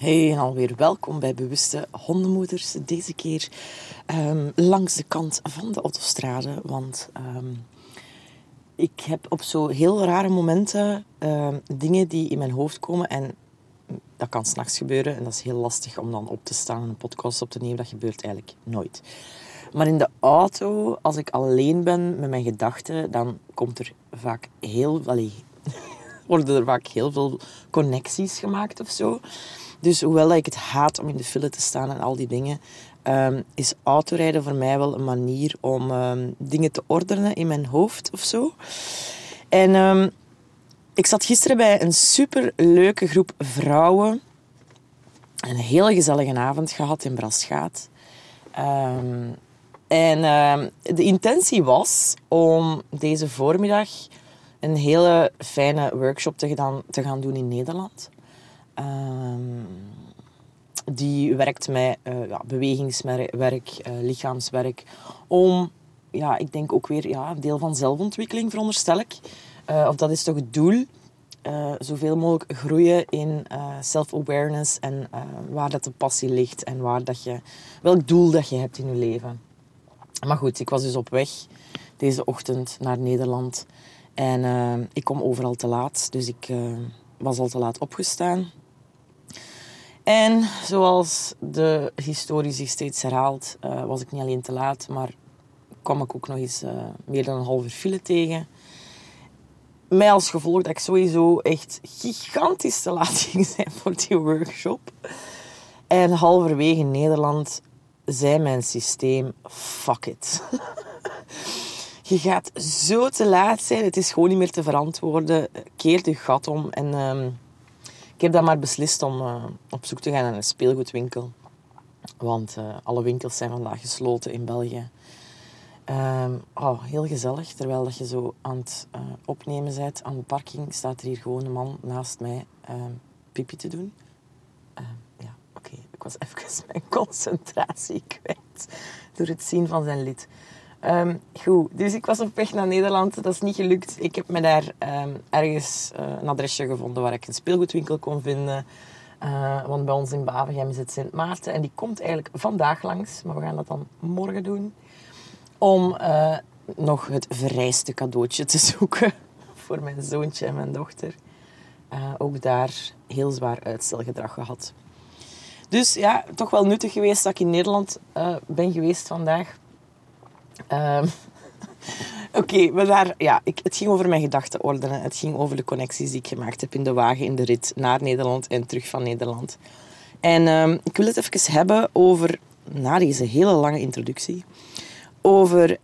Hey, en alweer welkom bij Bewuste Hondenmoeders. Deze keer langs de kant van de autostrade. Want ik heb op zo heel rare momenten dingen die in mijn hoofd komen. En dat kan 's nachts gebeuren. En dat is heel lastig om dan op te staan en een podcast op te nemen. Dat gebeurt eigenlijk nooit. Maar in de auto, als ik alleen ben met mijn gedachten, dan komt er vaak worden er vaak heel veel connecties gemaakt of zo. Dus hoewel ik het haat om in de file te staan en al die dingen, is autorijden voor mij wel een manier om dingen te ordenen in mijn hoofd of zo. En ik zat gisteren bij een superleuke groep vrouwen. Een hele gezellige avond gehad in Braschaat. De intentie was om deze voormiddag een hele fijne workshop te gaan doen in Nederland. Die werkt met bewegingswerk, lichaamswerk. Om, ik denk ook weer een deel van zelfontwikkeling, veronderstel ik. Of dat is toch het doel. Zoveel mogelijk groeien in self-awareness en waar dat de passie ligt en welk doel dat je hebt in je leven. Maar goed, ik was dus op weg deze ochtend naar Nederland. En ik kom overal te laat, dus ik was al te laat opgestaan. En zoals de historie zich steeds herhaalt, was ik niet alleen te laat, maar kwam ik ook nog eens meer dan een halve file tegen. Mij als gevolg dat ik sowieso echt gigantisch te laat ging zijn voor die workshop. En halverwege Nederland zei mijn systeem, fuck it. Je gaat zo te laat zijn, het is gewoon niet meer te verantwoorden. Keer je gat om. En ik heb dan maar beslist om op zoek te gaan naar een speelgoedwinkel. Want alle winkels zijn vandaag gesloten in België. Heel gezellig. Terwijl dat je zo aan het opnemen bent aan de parking, staat er hier gewoon een man naast mij pipi te doen. Oké. Ik was even mijn concentratie kwijt door het zien van zijn lid. Goed, dus ik was op weg naar Nederland. Dat is niet gelukt. Ik heb me daar ergens een adresje gevonden waar ik een speelgoedwinkel kon vinden. Want bij ons in Bavegem is het Sint Maarten. En die komt eigenlijk vandaag langs. Maar we gaan dat dan morgen doen. Om nog het vereiste cadeautje te zoeken voor mijn zoontje en mijn dochter. Ook daar heel zwaar uitstelgedrag gehad. Dus ja, toch wel nuttig geweest dat ik in Nederland ben geweest vandaag. Het ging over mijn gedachten ordenen. Het ging over de connecties die ik gemaakt heb in de wagen, in de rit naar Nederland en terug van Nederland. En ik wil het even hebben over, na deze hele lange introductie, over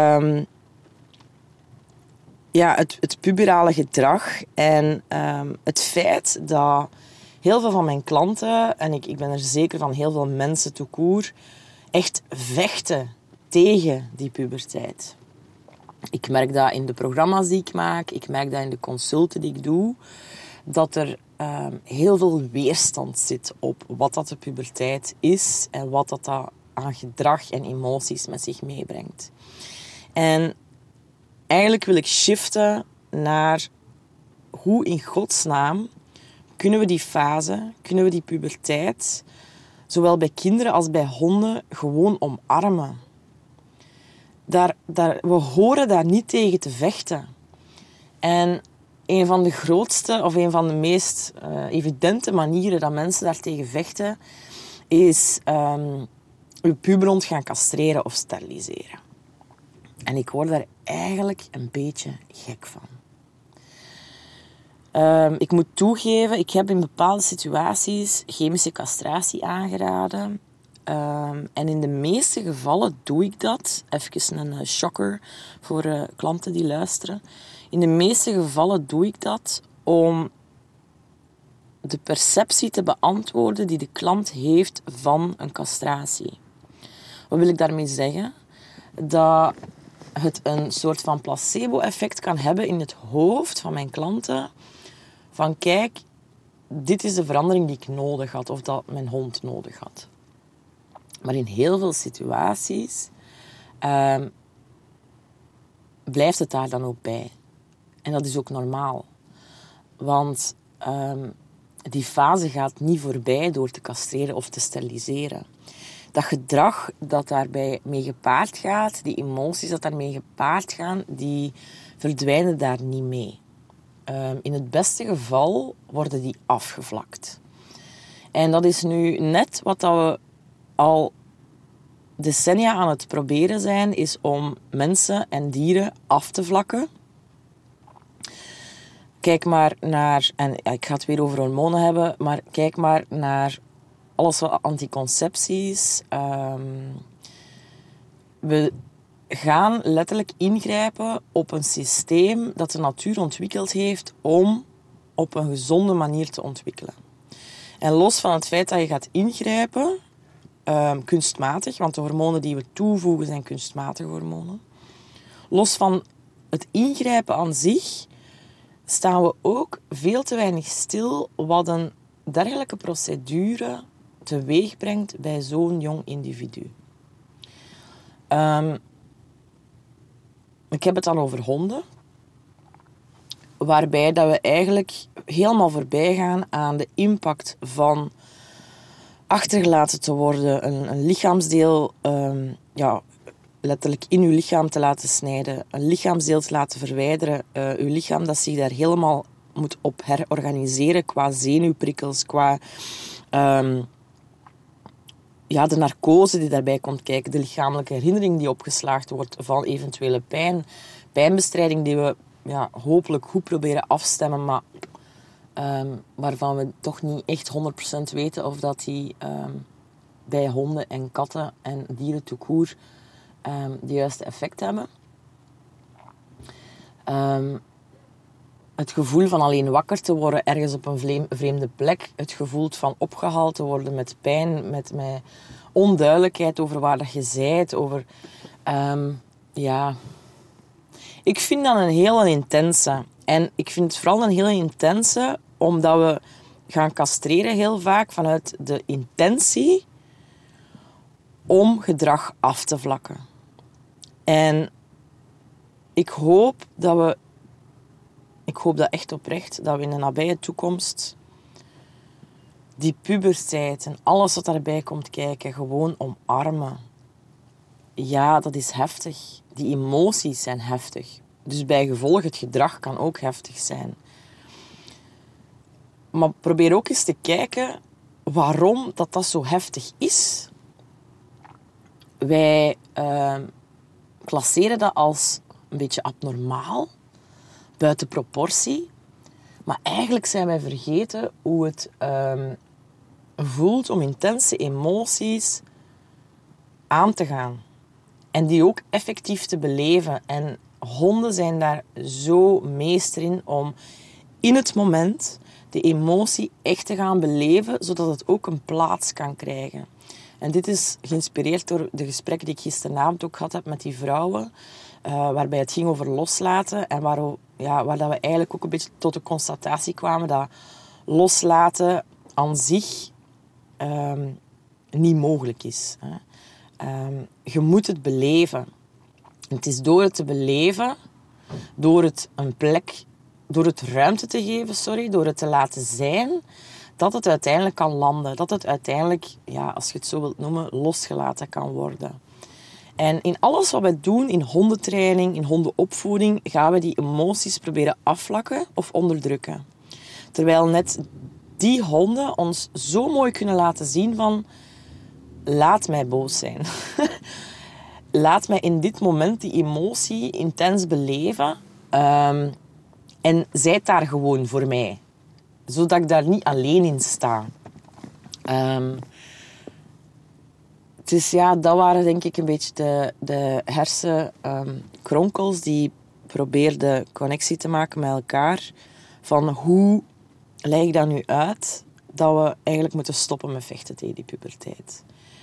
het puberale gedrag en het feit dat heel veel van mijn klanten, en ik ben er zeker van heel veel mensen tout court, echt vechten tegen die puberteit. Ik merk dat in de programma's die ik maak, ik merk dat in de consulten die ik doe, dat er heel veel weerstand zit op wat dat de puberteit is en wat dat aan gedrag en emoties met zich meebrengt. En eigenlijk wil ik shiften naar hoe in godsnaam kunnen we die fase, kunnen we die puberteit, zowel bij kinderen als bij honden, gewoon omarmen. We horen daar niet tegen te vechten. En een van de grootste of een van de meest evidente manieren dat mensen daartegen vechten, is je puberhond gaan castreren of steriliseren. En ik word daar eigenlijk een beetje gek van. Ik moet toegeven, ik heb in bepaalde situaties chemische castratie aangeraden. En in de meeste gevallen doe ik dat. Even een shocker voor klanten die luisteren. In de meeste gevallen doe ik dat om de perceptie te beantwoorden die de klant heeft van een castratie. Wat wil ik daarmee zeggen? Dat het een soort van placebo-effect kan hebben in het hoofd van mijn klanten. Van kijk, dit is de verandering die ik nodig had of dat mijn hond nodig had. Maar in heel veel situaties blijft het daar dan ook bij. En dat is ook normaal. Want die fase gaat niet voorbij door te castreren of te steriliseren. Dat gedrag dat daarbij mee gepaard gaat, die emoties dat daarmee gepaard gaan, die verdwijnen daar niet mee. In het beste geval worden die afgevlakt. En dat is nu net wat dat we al decennia aan het proberen zijn, is om mensen en dieren af te vlakken. Kijk maar naar, en ik ga het weer over hormonen hebben, maar kijk maar naar alles wat anticoncepties. We gaan letterlijk ingrijpen op een systeem dat de natuur ontwikkeld heeft om op een gezonde manier te ontwikkelen. En los van het feit dat je gaat ingrijpen, kunstmatig, want de hormonen die we toevoegen zijn kunstmatige hormonen. Los van het ingrijpen aan zich staan we ook veel te weinig stil wat een dergelijke procedure teweeg brengt bij zo'n jong individu. Ik heb het dan over honden, waarbij dat we eigenlijk helemaal voorbij gaan aan de impact van achtergelaten te worden, een lichaamsdeel letterlijk in uw lichaam te laten snijden, een lichaamsdeel te laten verwijderen, uw lichaam dat zich daar helemaal moet op herorganiseren qua zenuwprikkels, qua de narcose die daarbij komt kijken, de lichamelijke herinnering die opgeslagen wordt van eventuele pijn, pijnbestrijding die we hopelijk goed proberen afstemmen, maar waarvan we toch niet echt 100% weten of dat die bij honden en katten en dieren tout court de juiste effect hebben. Het gevoel van alleen wakker te worden ergens op een vreemde plek. Het gevoel van opgehaald te worden met pijn, met onduidelijkheid over waar dat je bent. Over, Ik vind dat een hele intense. En ik vind het vooral een hele intense omdat we gaan castreren heel vaak vanuit de intentie om gedrag af te vlakken. En ik hoop dat echt oprecht, dat we in de nabije toekomst die puberteit en alles wat daarbij komt kijken, gewoon omarmen. Ja, dat is heftig. Die emoties zijn heftig. Dus bij gevolg, het gedrag kan ook heftig zijn. Maar probeer ook eens te kijken waarom dat zo heftig is. Wij klasseren dat als een beetje abnormaal, buiten proportie. Maar eigenlijk zijn wij vergeten hoe het voelt om intense emoties aan te gaan. En die ook effectief te beleven. En honden zijn daar zo meester in om in het moment de emotie echt te gaan beleven, zodat het ook een plaats kan krijgen. En dit is geïnspireerd door de gesprekken die ik gisteravond ook gehad heb met die vrouwen, waarbij het ging over loslaten en waar dat we eigenlijk ook een beetje tot de constatatie kwamen dat loslaten aan zich niet mogelijk is. Je moet het beleven. Het is door het te beleven, door het ruimte te geven, door het te laten zijn, dat het uiteindelijk kan landen. Dat het uiteindelijk, als je het zo wilt noemen, losgelaten kan worden. En in alles wat we doen, in hondentraining, in hondenopvoeding, gaan we die emoties proberen afvlakken of onderdrukken. Terwijl net die honden ons zo mooi kunnen laten zien van, laat mij boos zijn. Laat mij in dit moment die emotie intens beleven. En zijt daar gewoon voor mij. Zodat ik daar niet alleen in sta. Dus dat waren denk ik een beetje de hersenkronkels die probeerden connectie te maken met elkaar. Van hoe leg ik dat nu uit dat we eigenlijk moeten stoppen met vechten tegen die puberteit.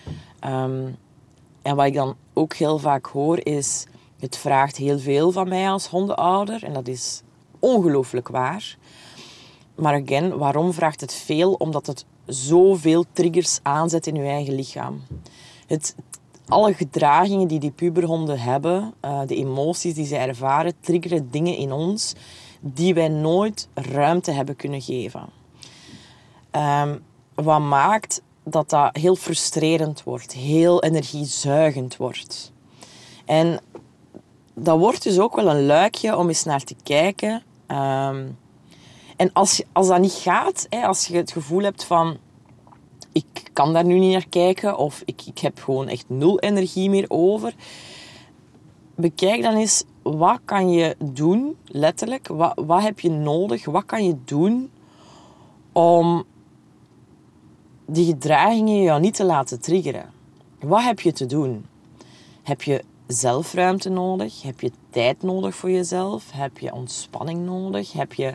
En wat ik dan ook heel vaak hoor is, het vraagt heel veel van mij als hondenouder. En dat is ongelooflijk waar. Maar again, waarom vraagt het veel? Omdat het zoveel triggers aanzet in je eigen lichaam. Alle gedragingen die puberhonden hebben, de emoties die ze ervaren, triggeren dingen in ons die wij nooit ruimte hebben kunnen geven. Wat maakt dat dat heel frustrerend wordt, heel energiezuigend wordt. En dat wordt dus ook wel een luikje om eens naar te kijken. En als dat niet gaat, als je het gevoel hebt van ik kan daar nu niet naar kijken of ik heb gewoon echt 0 energie meer over, bekijk dan eens wat kan je doen, letterlijk. Wat heb je nodig? Wat kan je doen om die gedragingen jou niet te laten triggeren? Wat heb je te doen? Heb je zelfruimte nodig? Heb je tijd nodig voor jezelf? Heb je ontspanning nodig? Heb je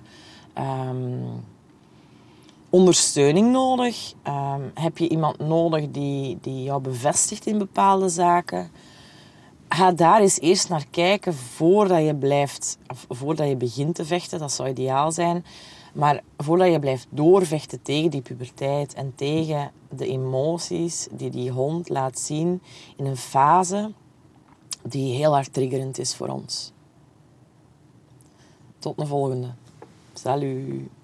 ondersteuning nodig? Heb je iemand nodig die jou bevestigt in bepaalde zaken? Ga daar eens eerst naar kijken voordat je begint te vechten. Dat zou ideaal zijn. Maar voordat je blijft doorvechten tegen die puberteit en tegen de emoties die hond laat zien in een fase die heel hard triggerend is voor ons. Tot de volgende. Salut!